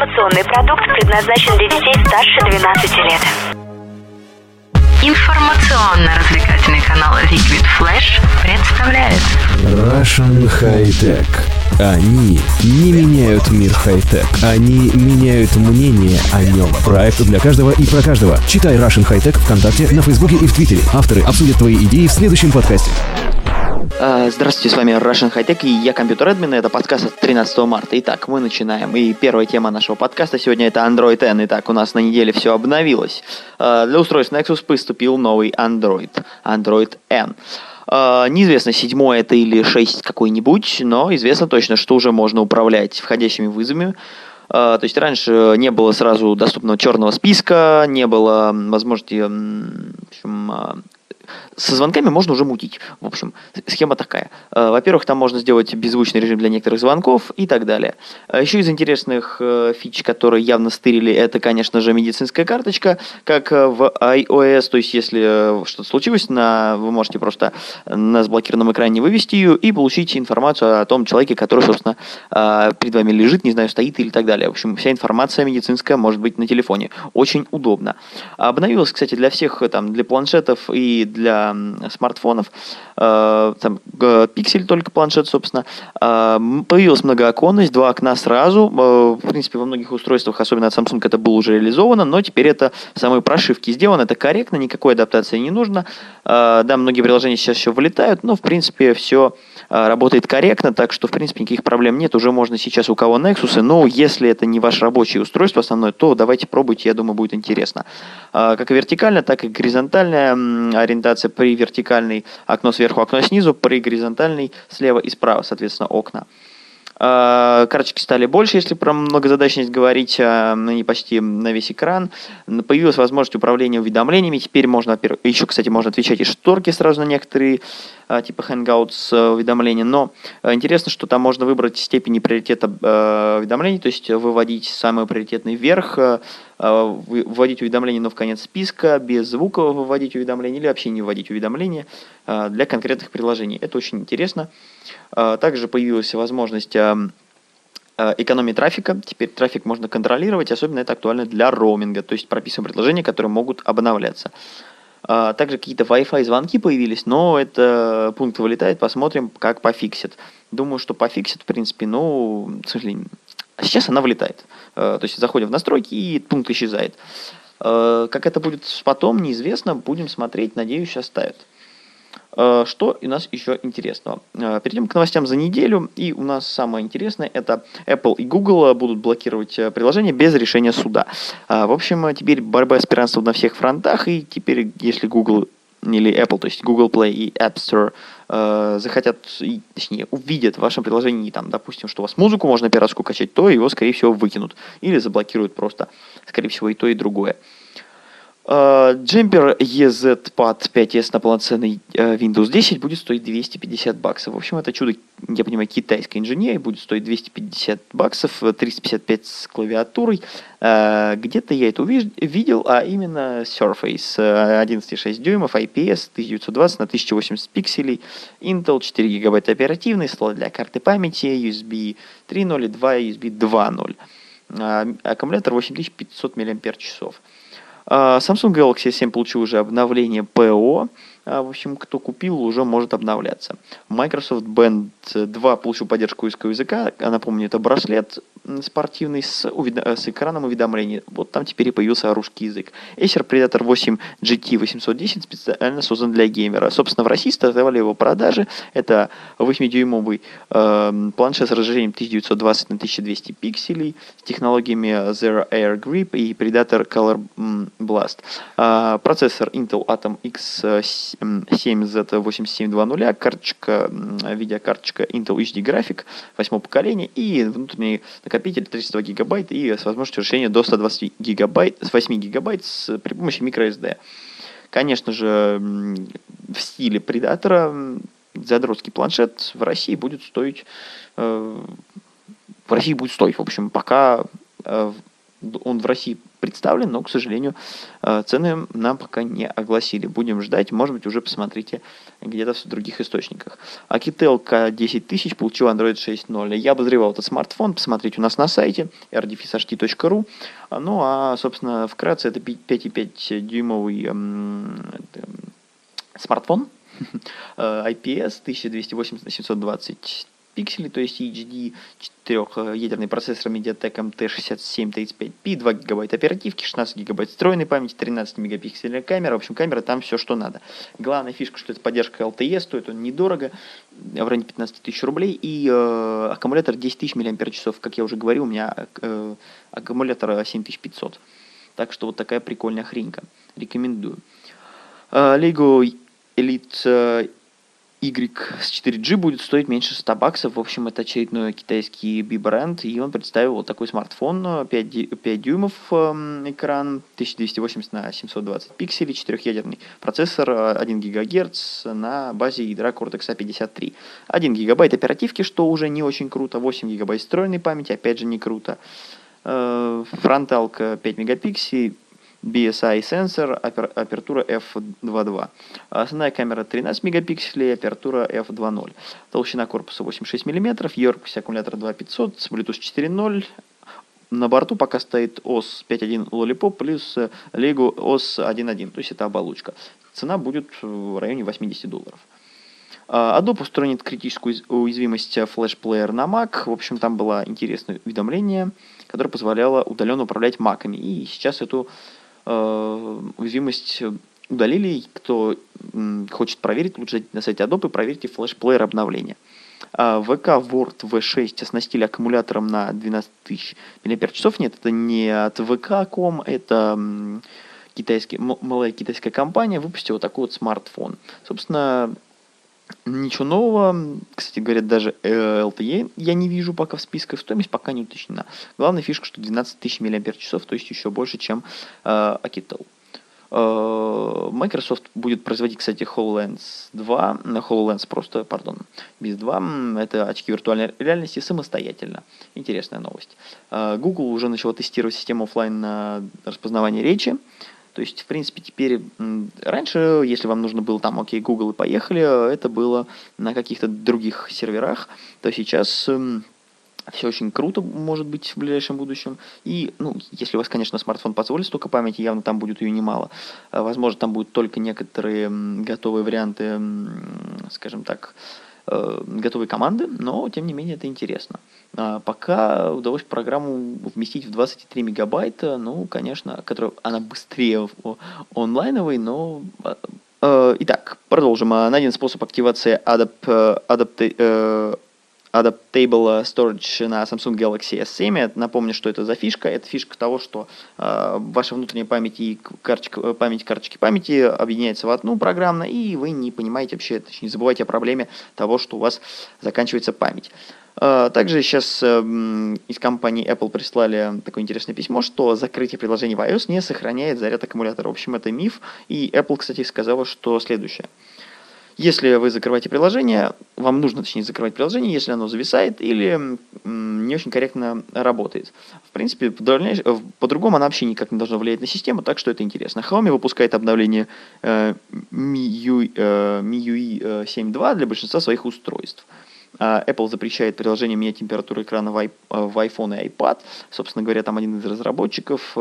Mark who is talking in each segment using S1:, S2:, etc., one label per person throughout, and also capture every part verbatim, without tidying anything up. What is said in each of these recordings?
S1: Информационный продукт предназначен для детей старше двенадцати лет. Информационно-развлекательный канал Liquid Flash представляет
S2: Russian High Tech. Они не меняют мир хай-тек. Они меняют мнение о нем. Проект для каждого и про каждого. Читай Russian High Tech ВКонтакте, на Фейсбуке и в Твиттере. Авторы обсудят твои идеи в следующем подкасте.
S3: Здравствуйте, с вами Russian High Tech и я компьютер-админ, и это подкаст от тринадцатого марта. Итак, мы начинаем. И первая тема нашего подкаста сегодня это Android N. Итак, у нас на неделе все обновилось. Для устройств Nexus поступил новый Android. Android N. Неизвестно, седьмой это или шесть какой-нибудь, но известно точно, что уже можно управлять входящими вызовами. То есть раньше не было сразу доступного черного списка, не было возможности, в общем, со звонками можно уже мутить. В общем, схема такая. Во-первых, там можно сделать беззвучный режим для некоторых звонков и так далее. Еще из интересных фич, которые явно стырили, это, конечно же, медицинская карточка, как в iOS. То есть, если что-то случилось, на, вы можете просто на заблокированном экране вывести ее и получить информацию о том человеке, который, собственно, перед вами лежит, не знаю, стоит или так далее. В общем, вся информация медицинская может быть на телефоне. Очень удобно. Обновилось, кстати, для всех, там, для планшетов и для смартфонов, э, там пиксель только планшет, собственно, э, появилась многооконность, два окна сразу, э, в принципе, во многих устройствах, особенно от Samsung, это было уже реализовано, но теперь это в самой прошивке сделано, это корректно, никакой адаптации не нужно, э, да, многие приложения сейчас еще вылетают, но, в принципе, все э, работает корректно, так что, в принципе, никаких проблем нет, уже можно сейчас у кого Nexus, но если это не ваше рабочее устройство основное, то давайте пробуйте, я думаю, будет интересно. Э, как и вертикально, так и горизонтальная ориентация. При вертикальной окно сверху, окно снизу, при горизонтальной слева и справа, соответственно, окна. Карточки стали больше, если про многозадачность говорить, они почти на весь экран. Появилась возможность управления уведомлениями. Теперь можно, еще, кстати, можно отвечать и шторки сразу на некоторые, типа Hangouts уведомления. Но интересно, что там можно выбрать степени приоритета уведомлений, то есть выводить самый приоритетный вверх, вводить уведомления, но в конец списка, без звука выводить уведомления или вообще не вводить уведомления для конкретных приложений. Это очень интересно. Также появилась возможность экономии трафика. Теперь трафик можно контролировать, особенно это актуально для роуминга, то есть прописываем предложения, которые могут обновляться. Также какие-то Wi-Fi звонки появились, но это пункт вылетает, посмотрим, как пофиксит. Думаю, что пофиксит, в принципе, но, к сожалению, а сейчас она вылетает. То есть заходим в настройки, и пункт исчезает. Как это будет потом, неизвестно. Будем смотреть, надеюсь, оставят. Что у нас еще интересного? Перейдем к новостям за неделю. И у нас самое интересное, это Apple и Google будут блокировать приложения без решения суда. В общем, теперь борьба с пиратством на всех фронтах. И теперь, если Google или Apple, то есть Google Play и App Store, э, захотят, и, точнее, увидят в вашем приложении, там, допустим, что у вас музыку можно пиратскую качать, то его, скорее всего, выкинут. Или заблокируют просто, скорее всего, и то, и другое. Джемпер и зет пад пять эс на полноценный Windows десять будет стоить двести пятьдесят баксов. В общем, это чудо, я понимаю, китайской инженерии, будет стоить двести пятьдесят баксов, триста пятьдесят пять с клавиатурой. Где-то я это видел, а именно Surface одиннадцать и шесть дюймов, ай пи эс тысяча девятьсот двадцать на тысяча восемьдесят пикселей, Intel четыре гигабайта оперативной, слот для карты памяти, ю эс би три ноль и два ю эс би два ноль. Аккумулятор восемь тысяч пятьсот миллиампер-часов. Samsung Galaxy эс семь получил уже обновление ПО. В общем, кто купил, уже может обновляться. Microsoft Band два получил поддержку русского языка. Напомню, это браслет спортивный с, увед... с экраном уведомлений. Вот там теперь и появился русский язык. Acer Predator восемь джи ти восемьсот десять специально создан для геймера. Собственно, в России стартовали его продажи. Это восьмидюймовый э, планшет с разрешением тысяча девятьсот двадцать на тысяча двести пикселей с технологиями Zero Air Grip и Predator Color Blast. Э, процессор Intel Atom икс семь зет восемь семь два ноль, карточка, видеокарточка Intel эйч ди Graphic восьмого поколения и внутренний накопитель тридцать два гигабайта и с возможностью расширения до ста двадцати гигабайт, с восьми гигабайт с, при помощи microSD. Конечно же, в стиле Predator задротский планшет в России будет стоить, э, в России будет стоить, в общем, пока э, он в России представлен, но, к сожалению, цены нам пока не огласили. Будем ждать, может быть, уже посмотрите где-то в других источниках. Akitel K десять тысяч получил Android шесть ноль. Я обозревал этот смартфон, посмотрите у нас на сайте эр ди эф эс эйч ти точка ру. Ну, а, собственно, вкратце, это пять и пять дюймовый эм, смартфон, ай пи эс тысяча двести восемьдесят на семьсот двадцать пикселей, то есть эйч ди, четырехъядерный процессор MediaTek эм ти шестьдесят семь тридцать пять пи, два гигабайта оперативки, шестнадцать гигабайт встроенной памяти, тринадцать мегапиксельная камера. В общем, камера там все, что надо. Главная фишка, что это поддержка эл ти и, стоит он недорого, в районе пятнадцать тысяч рублей, и э, аккумулятор десять тысяч миллиампер-часов. Как я уже говорил, у меня э, аккумулятор семь тысяч пятьсот. Так что вот такая прикольная хренька. Рекомендую. Э, Lego Elite Y с четыре джи будет стоить меньше ста баксов. В общем, это очередной китайский би-бренд, и он представил вот такой смартфон, пять дюймов э, экран, тысяча двести восемьдесят на семьсот двадцать пикселей, четырехъядерный процессор, один гигагерц на базе ядра Cortex эй пятьдесят три. один гигабайт оперативки, что уже не очень круто, восемь гигабайт встроенной памяти, опять же не круто. Э, фронталка пять мегапикселей, би эс ай сенсор, апер, апертура эф два два. Основная камера тринадцать мегапикселей, апертура эф два ноль. Толщина корпуса восемьдесят шесть миллиметров, емкость аккумулятора два тысячи пятьсот, Bluetooth четыре ноль. На борту пока стоит ОС пять точка один Lollipop плюс Lego ОС один точка один, то есть это оболочка. Цена будет в районе восемьдесят долларов. Adobe устранит критическую уязвимость флеш-плеер на Mac. В общем, там было интересное уведомление, которое позволяло удаленно управлять Mac'ами. И сейчас эту уязвимость удалили. Кто хочет проверить, лучше на сайте Adobe проверьте флеш-плеер обновления. ви кей Word ви шесть оснастили аккумулятором на двенадцать тысяч миллиампер-часов. Нет, это не от ви кей точка ком, это китайский, малая китайская компания выпустила такой вот смартфон. Собственно, ничего нового. Кстати, говорят, даже эл ти и я не вижу пока в списках. Стоимость пока не уточнена. Главная фишка, что двенадцать тысяч миллиампер-часов, то есть еще больше, чем э, Akitel. Э, Microsoft будет производить, кстати, HoloLens два. HoloLens просто, пардон, без два. Это очки виртуальной реальности самостоятельно. Интересная новость. Э, Google уже начала тестировать систему офлайн на распознавание речи. То есть, в принципе, теперь, раньше, если вам нужно было там, окей, Google и поехали, это было на каких-то других серверах, то сейчас э, все очень круто может быть в ближайшем будущем. И, ну, если у вас, конечно, смартфон позволит столько памяти, явно там будет ее немало. Возможно, там будут только некоторые готовые варианты, скажем так, готовые команды, но, тем не менее, это интересно. А пока удалось программу вместить в двадцать три мегабайта, ну, конечно, которая, она быстрее онлайновой, но... Итак, продолжим. Найден способ активации Adapt, Adapt, Adaptable Storage на Samsung Galaxy эс семь. Я напомню, что это за фишка. Это фишка того, что э, ваша внутренняя память и карточка, память карточки памяти объединяется в одну программно, и вы не понимаете вообще, точнее, не забывайте о проблеме того, что у вас заканчивается память. Э, также сейчас э, из компании Apple прислали такое интересное письмо, что закрытие приложений в iOS не сохраняет заряд аккумулятора. В общем, это миф. И Apple, кстати, сказала, что следующее. Если вы закрываете приложение, вам нужно, точнее, закрывать приложение, если оно зависает или не очень корректно работает. В принципе, по-другому оно вообще никак не должно влиять на систему, так что это интересно. Xiaomi выпускает обновление э, эм ай ю ай семь точка два для большинства своих устройств. Apple запрещает приложение менять температуру экрана в iPhone и iPad. Собственно говоря, там один из разработчиков,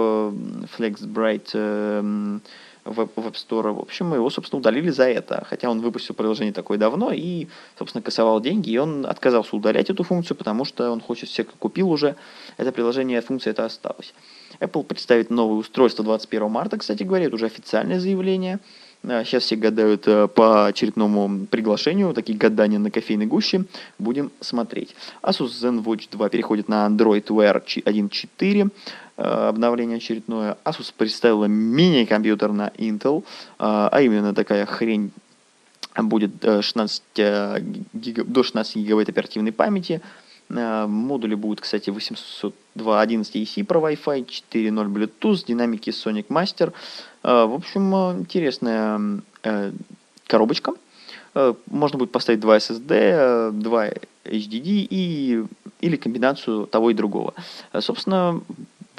S3: FlexBright, в App Store. В общем, его, собственно, удалили за это. Хотя он выпустил приложение такое давно и, собственно, кассовал деньги. И он отказался удалять эту функцию, потому что он хочет всех, кто купил уже это приложение, функция эта осталась. Apple представит новое устройство двадцать первого марта, кстати говоря. Это уже официальное заявление. Сейчас все гадают по очередному приглашению. Такие гадания на кофейной гуще. Будем смотреть. Asus ZenWatch два переходит на Android Wear один точка четыре. Обновление очередное. Asus представила мини-компьютер на Intel. А именно такая хрень будет шестнадцать гиг... до шестнадцати гигабайт оперативной памяти. Модули будут, кстати, восемьсот два одиннадцать и си про Wi-Fi, четыре ноль Bluetooth, динамики Sonic Master. В общем, интересная коробочка. Можно будет поставить два эс эс ди, два эйч ди ди и, или комбинацию того и другого. Собственно,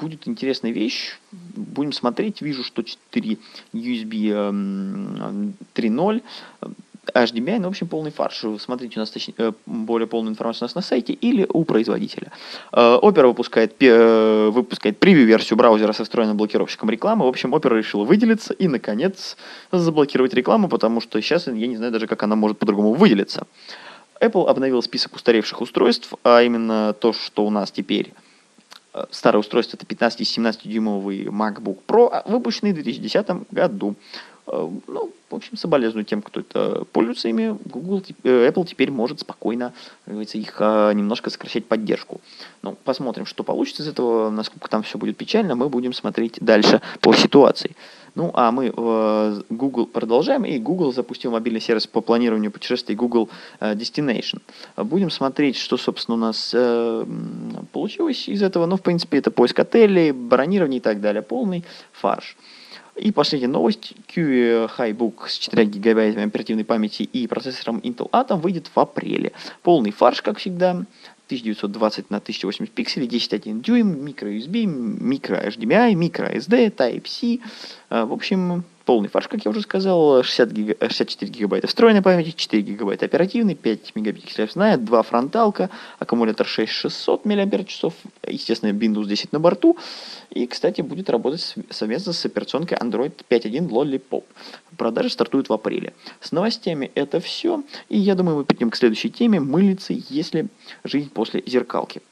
S3: будет интересная вещь. Будем смотреть. Вижу, что четыре ю эс би три ноль, эйч ди эм ай, ну, в общем, полный фарш. Смотрите, у нас точнее, более полную информацию у нас на сайте или у производителя. Opera выпускает, выпускает превью-версию браузера со встроенным блокировщиком рекламы. В общем, Opera решила выделиться и, наконец, заблокировать рекламу, потому что сейчас я не знаю даже, как она может по-другому выделиться. Apple обновил список устаревших устройств, а именно то, что у нас теперь старое устройство, это пятнадцати-семнадцатидюймовый MacBook Pro, выпущенный в две тысячи десятом году. Ну, в общем, соболезную тем, кто это пользуется ими. Google, Apple теперь может спокойно, как говорится, их немножко сокращать поддержку. Ну, посмотрим, что получится из этого, насколько там все будет печально, мы будем смотреть дальше по ситуации. Ну, а мы в Google продолжаем, и Google запустил мобильный сервис по планированию путешествий Google Destination. Будем смотреть, что, собственно, у нас э, получилось из этого. Ну, в принципе, это поиск отелей, бронирование и так далее. Полный фарш. И последняя новость. Q Highbook с четырьмя гигабайтами оперативной памяти и процессором Intel Atom выйдет в апреле. Полный фарш, как всегда. тысяча девятьсот двадцать на тысяча восемьдесят пикселей, десять целых один дюйм, микро-ю эс би, микро-эйч ди эм ай, микро-эс ди, Type-C. В общем, полный фарш, как я уже сказал. шестьдесят гига, шестьдесят четыре гигабайта встроенной памяти, четыре гигабайта оперативной, пять мегапикселей основная, два фронталка, аккумулятор шесть тысяч шестьсот мАч, естественно, Windows десять на борту. И, кстати, будет работать совместно с операционкой Android пять точка один Lollipop. Продажи стартуют в апреле. С новостями это все. И я думаю, мы перейдем к следующей теме. Мыльницы, если жизнь после зеркалки.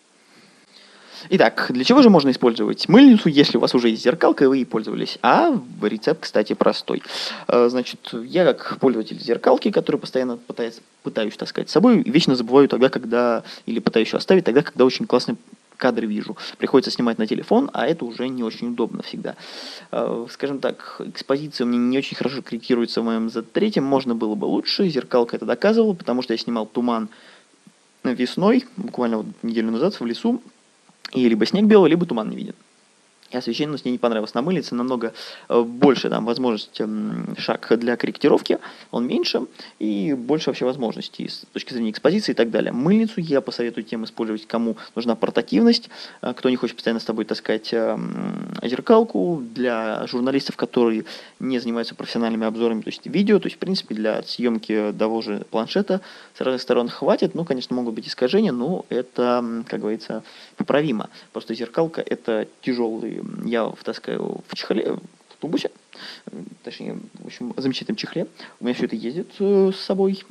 S3: Итак, для чего же можно использовать мыльницу, если у вас уже есть зеркалка и вы ей пользовались? А рецепт, кстати, простой. Значит, я как пользователь зеркалки, который постоянно пытаюсь, пытаюсь таскать с собой, вечно забываю тогда, когда, или пытаюсь ее оставить тогда, когда очень классный кадры вижу. Приходится снимать на телефон, а это уже не очень удобно всегда. Скажем так, экспозиция у меня не очень хорошо корректируется в моем зет три, можно было бы лучше, зеркалка это доказывала, потому что я снимал туман весной, буквально вот неделю назад в лесу, и либо снег белый, либо туман не виден. И освещение с ней не понравилось. На мыльнице намного больше там возможность, шаг для корректировки, он меньше и больше вообще возможностей с точки зрения экспозиции и так далее. Мыльницу я посоветую тем использовать, кому нужна портативность, кто не хочет постоянно с тобой таскать зеркалку, для журналистов, которые не занимаются профессиональными обзорами, то есть видео, то есть в принципе для съемки того же планшета с разных сторон хватит. Ну, конечно, могут быть искажения, но это, как говорится, поправимо. Просто зеркалка это тяжелый. Я втаскаю в чехле, в тубусе, точнее, в общем, замечательном чехле. У меня все это ездит с собой.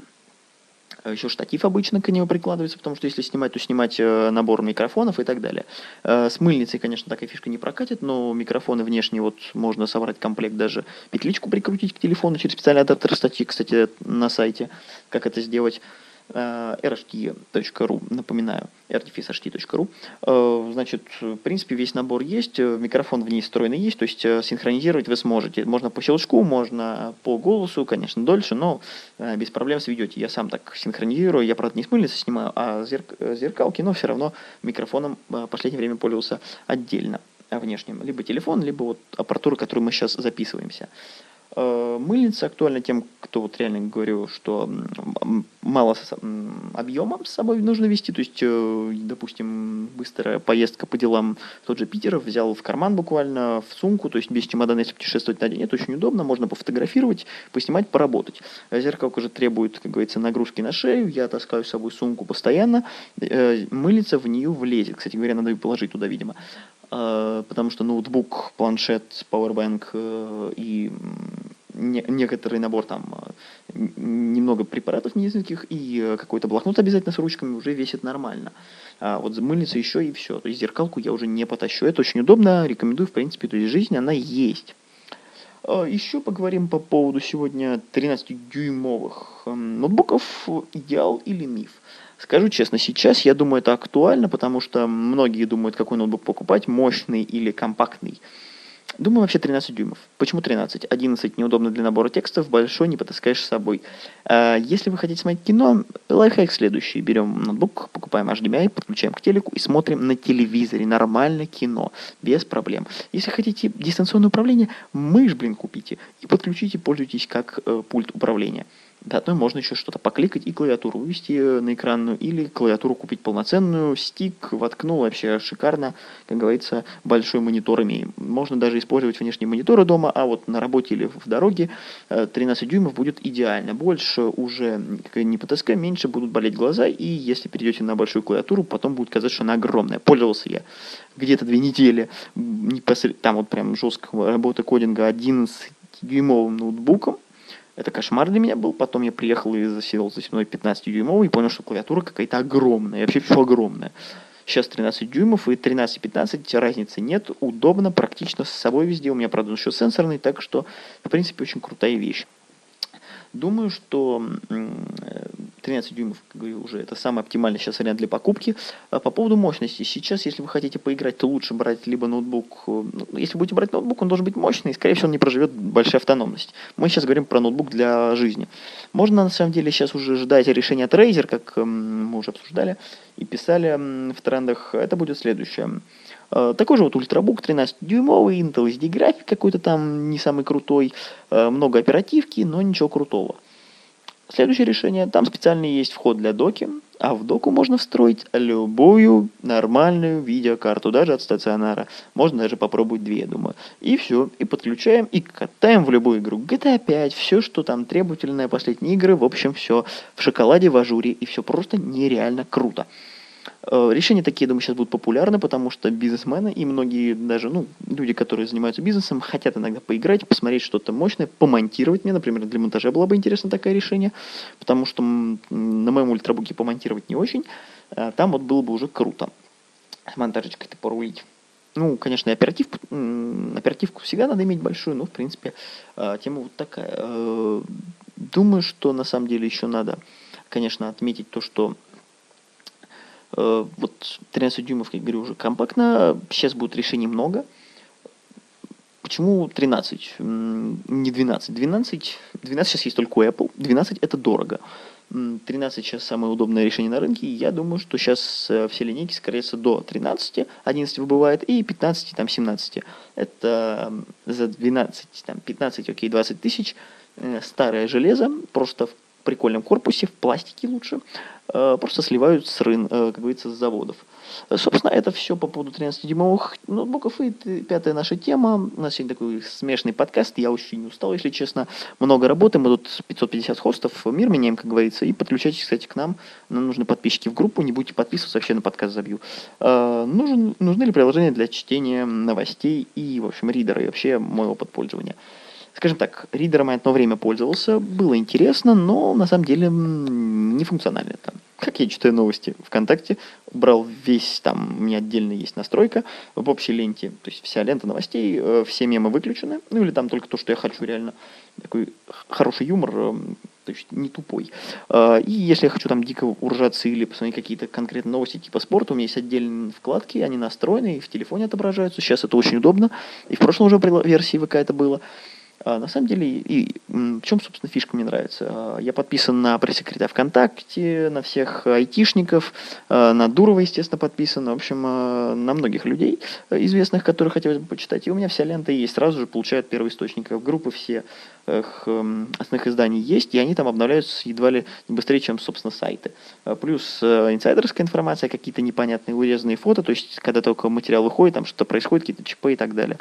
S3: Еще штатив обычно к нему прикладывается, потому что если снимать, то снимать набор микрофонов и так далее. С мыльницей, конечно, такая фишка не прокатит, но микрофоны внешние, вот можно собрать комплект, даже петличку прикрутить к телефону через специальный адаптер статьи, кстати, на сайте, как это сделать. эр эйч ти точка ру, напоминаю, эр ти эф эс эйч ти точка ру. Значит, в принципе, весь набор есть, микрофон в ней встроенный есть, то есть синхронизировать вы сможете. Можно по щелчку, можно по голосу, конечно, дольше, но без проблем сведете. Я сам так синхронизирую, я, правда, не с мыльницы снимаю, а зерк зеркалки, но все равно микрофоном в последнее время пользовался отдельно, внешним. Либо телефон, либо вот аппаратура, которую мы сейчас записываемся. Мыльница актуальна тем, кто вот реально говорю, что мало объема с собой нужно вести, то есть, допустим, быстрая поездка по делам в тот же Питер, взял в карман буквально, в сумку, то есть без чемодана, если путешествовать на день, это очень удобно, можно пофотографировать, поснимать, поработать. Зеркалка уже требует, как говорится, нагрузки на шею, я таскаю с собой сумку постоянно, мыльница в нее влезет, кстати говоря, надо ее положить туда, видимо. Потому что ноутбук, планшет, пауэрбанк и не, некоторый набор там, немного препаратов медицинских и какой-то блокнот обязательно с ручками уже весит нормально. А вот мыльница еще и все. То есть зеркалку я уже не потащу. Это очень удобно, рекомендую, в принципе, то есть жизнь, она есть. Еще поговорим по поводу сегодня тринадцатидюймовых ноутбуков. Идеал или миф? Скажу честно, сейчас я думаю, это актуально, потому что многие думают, какой ноутбук покупать, мощный или компактный. Думаю, вообще тринадцать дюймов. Почему тринадцать? одиннадцать неудобно для набора текстов, большой не потаскаешь с собой. Если вы хотите смотреть кино, лайфхак следующий. Берем ноутбук, покупаем эйч ди эм ай, подключаем к телеку и смотрим на телевизоре нормально кино, без проблем. Если хотите дистанционное управление, мышь, блин, купите и подключите, пользуйтесь как э, пульт управления. Заодно можно еще что-то покликать и клавиатуру вывести на экранную, или клавиатуру купить полноценную, стик воткнул, вообще шикарно, как говорится, большой монитор имеем. Можно даже использовать внешние мониторы дома, а вот на работе или в дороге тринадцать дюймов будет идеально. Больше уже не по ТСК, меньше будут болеть глаза, и если перейдете на большую клавиатуру, потом будет казаться, что она огромная. Пользовался я где-то две недели, там вот прям жесткая работа кодинга одиннадцатидюймовым ноутбуком. Это кошмар для меня был. Потом я приехал и засел за мной пятнадцатидюймовый и понял, что клавиатура какая-то огромная. И вообще все огромное. Сейчас тринадцать дюймов и тринадцать и пятнадцать разницы нет. Удобно, практично, с собой везде. У меня, правда, еще сенсорный, так что, в принципе, очень крутая вещь. Думаю, что тринадцать дюймов, как говорю, уже это самый оптимальный сейчас вариант для покупки. По поводу мощности. Сейчас, если вы хотите поиграть, то лучше брать либо ноутбук. Если будете брать ноутбук, он должен быть мощный, и, скорее всего, он не проживет большая автономность. Мы сейчас говорим про ноутбук для жизни. Можно, на самом деле, сейчас уже ждать решения от Razer, как мы уже обсуждали и писали в трендах. Это будет следующее. Такой же вот ультрабук тринадцатидюймовый, Intel эс ди график какой-то там не самый крутой, много оперативки, но ничего крутого. Следующее решение, там специально есть вход для доки, а в доку можно встроить любую нормальную видеокарту, даже от стационара. Можно даже попробовать две, я думаю. И все, и подключаем, и катаем в любую игру. джи ти эй пять, все, что там требовательное, последние игры, в общем, все в шоколаде, в ажуре, и все просто нереально круто. Решения такие, думаю, сейчас будут популярны, потому что бизнесмены и многие даже, ну, люди, которые занимаются бизнесом, хотят иногда поиграть, посмотреть что-то мощное, помонтировать мне, например, для монтажа было бы интересно такое решение, потому что на моем ультрабуке помонтировать не очень, а там вот было бы уже круто с монтажечкой-то порулить. Ну, конечно, и оперативку, оперативку всегда надо иметь большую, но, в принципе, тема вот такая. Думаю, что на самом деле еще надо, конечно, отметить то, что вот тринадцать дюймов, как я говорю, уже компактно. Сейчас будет решений много. Почему тринадцать? Не двенадцать. двенадцать, двенадцать сейчас есть только у Apple. двенадцать это дорого. тринадцать сейчас самое удобное решение на рынке. И я думаю, что сейчас все линейки скорятся до тринадцати. одиннадцать выбывает. И пятнадцати, там семнадцати. Это за двенадцать, там пятнадцать, окей, двадцать тысяч. Старое железо. Просто в прикольном корпусе, в пластике лучше, просто сливают с рынка, как говорится, с заводов. Собственно, это все по поводу тринадцатидюймовых ноутбуков, и пятая наша тема. У нас сегодня такой смешанный подкаст, я очень устал, если честно. Много работы, мы тут пятьсот пятьдесят хостов, мир меняем, как говорится, и подключайтесь, кстати, к нам. Нам нужны подписчики в группу, не будете подписываться, вообще на подкаст забью. Нужен, нужны ли приложения для чтения новостей и, в общем, ридеры, и вообще мой опыт пользования. Скажем так, ридером я одно время пользовался, было интересно, но на самом деле не функционально там. Как я читаю новости ВКонтакте, убрал весь, там у меня отдельно есть настройка в общей ленте, то есть вся лента новостей, все мемы выключены, ну или там только то, что я хочу реально, такой хороший юмор, то есть не тупой. И если я хочу там дико уржаться или посмотреть какие-то конкретные новости типа спорта, у меня есть отдельные вкладки, они настроены и в телефоне отображаются, сейчас это очень удобно, и в прошлом уже версии ВК это было. А, на самом деле, и, и в чем, собственно, фишка мне нравится? А, я подписан на пресс-секретаря ВКонтакте, на всех айтишников, а, на Дурова, естественно, подписан, в общем, а, на многих людей известных, которые хотелось бы почитать. И у меня вся лента есть, сразу же получают первоисточников. Группы все их, основных изданий есть, и они там обновляются едва ли не быстрее, чем, собственно, сайты. А, плюс а, инсайдерская информация, какие-то непонятные урезанные фото, то есть, когда только материал выходит, там что-то происходит, какие-то ЧП и так далее.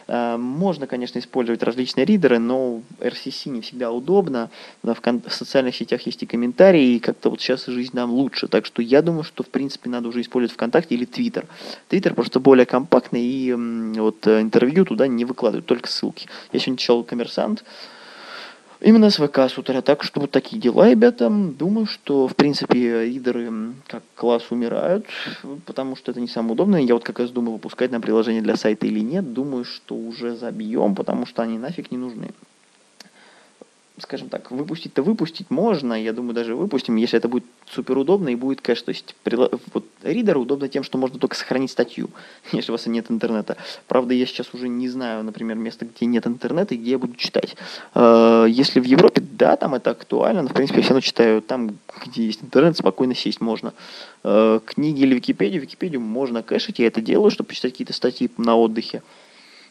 S3: Можно, конечно, использовать различные ридеры, но эр си си не всегда удобно. В, кон- в социальных сетях есть и комментарии, и как-то вот сейчас жизнь нам лучше. Так что я думаю, что, в принципе, надо уже использовать ВКонтакте или Твиттер. Твиттер просто более компактный, и вот интервью туда не выкладывают, только ссылки. Я сегодня читал «Коммерсант». Именно с ВК с утра. Так что вот такие дела, ребята. Думаю, что, в принципе, ридеры как класс умирают, потому что это не самое удобное. Я вот как раз думаю, выпускать на приложение для сайта или нет. Думаю, что уже забьем, потому что они нафиг не нужны. Скажем так, выпустить-то выпустить можно, я думаю, даже выпустим, если это будет супер удобно и будет кэш. То есть вот ридер удобно тем, что можно только сохранить статью, если у вас нет интернета. Правда, я сейчас уже не знаю, например, места, где нет интернета и где я буду читать. Если в Европе, да, там это актуально, но, в принципе, я все равно читаю там, где есть интернет, спокойно сесть можно. Книги или Википедию, Википедию можно кэшить, я это делаю, чтобы почитать какие-то статьи на отдыхе.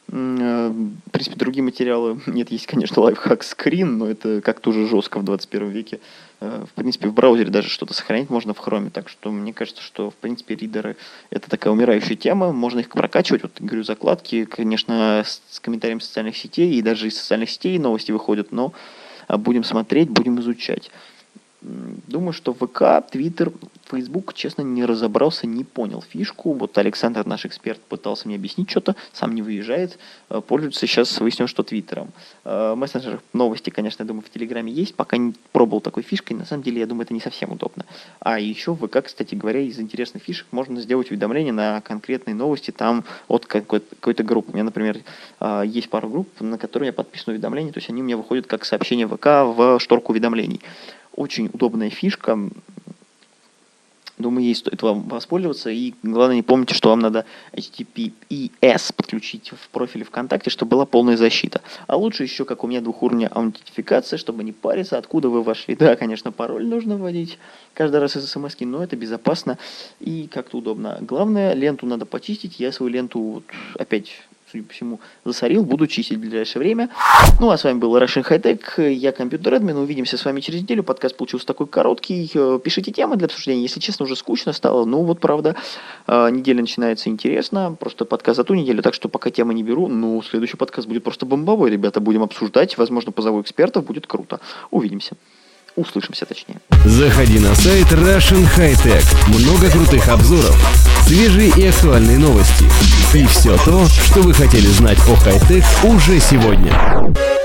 S3: В принципе, другие материалы нет, есть, конечно, лайфхак скрин, но это как-то уже жестко в двадцать первом веке. В принципе, в браузере даже что-то сохранить можно в хроме, так что мне кажется, что, в принципе, ридеры — это такая умирающая тема, можно их прокачивать, вот, говорю, закладки, конечно, с комментариями социальных сетей, и даже из социальных сетей новости выходят, но будем смотреть, будем изучать. Думаю, что ВК, Твиттер, Фейсбук, честно, не разобрался, не понял фишку. Вот Александр, наш эксперт, пытался мне объяснить что-то, сам не выезжает, пользуется сейчас, выяснил, что Твиттером. Мессенджер новости, конечно, я думаю, в Телеграме есть, пока не пробовал такой фишкой, на самом деле, я думаю, это не совсем удобно. А еще в ВК, кстати говоря, из интересных фишек можно сделать уведомления на конкретные новости там от какой-то, какой-то группы. У меня, например, есть пару групп, на которые я подписан уведомления, то есть они у меня выходят как сообщение ВК в шторку уведомлений. Очень удобная фишка. Думаю, ей стоит вам воспользоваться. И главное, не помните, что вам надо эйч ти ти пи эс подключить в профиле ВКонтакте, чтобы была полная защита. А лучше еще, как у меня, двухуровневая аутентификация, чтобы не париться, откуда вы вошли. Да, конечно, пароль нужно вводить каждый раз из смс-ки, но это безопасно и как-то удобно. Главное, ленту надо почистить. Я свою ленту вот опять, судя по всему, засорил, буду чистить в ближайшее время. Ну, а с вами был Russian High Tech, я Компьютер Админ, увидимся с вами через неделю, подкаст получился такой короткий, пишите темы для обсуждения, если честно, уже скучно стало, ну вот правда, неделя начинается интересно, просто подкаст за ту неделю, так что пока темы не беру, ну, следующий подкаст будет просто бомбовой, ребята, будем обсуждать, возможно, позову экспертов, будет круто, увидимся. Услышимся, точнее.
S2: Заходи на сайт Russian High Tech. Много крутых обзоров, свежие и актуальные новости. И все то, что вы хотели знать о хай-тек уже сегодня.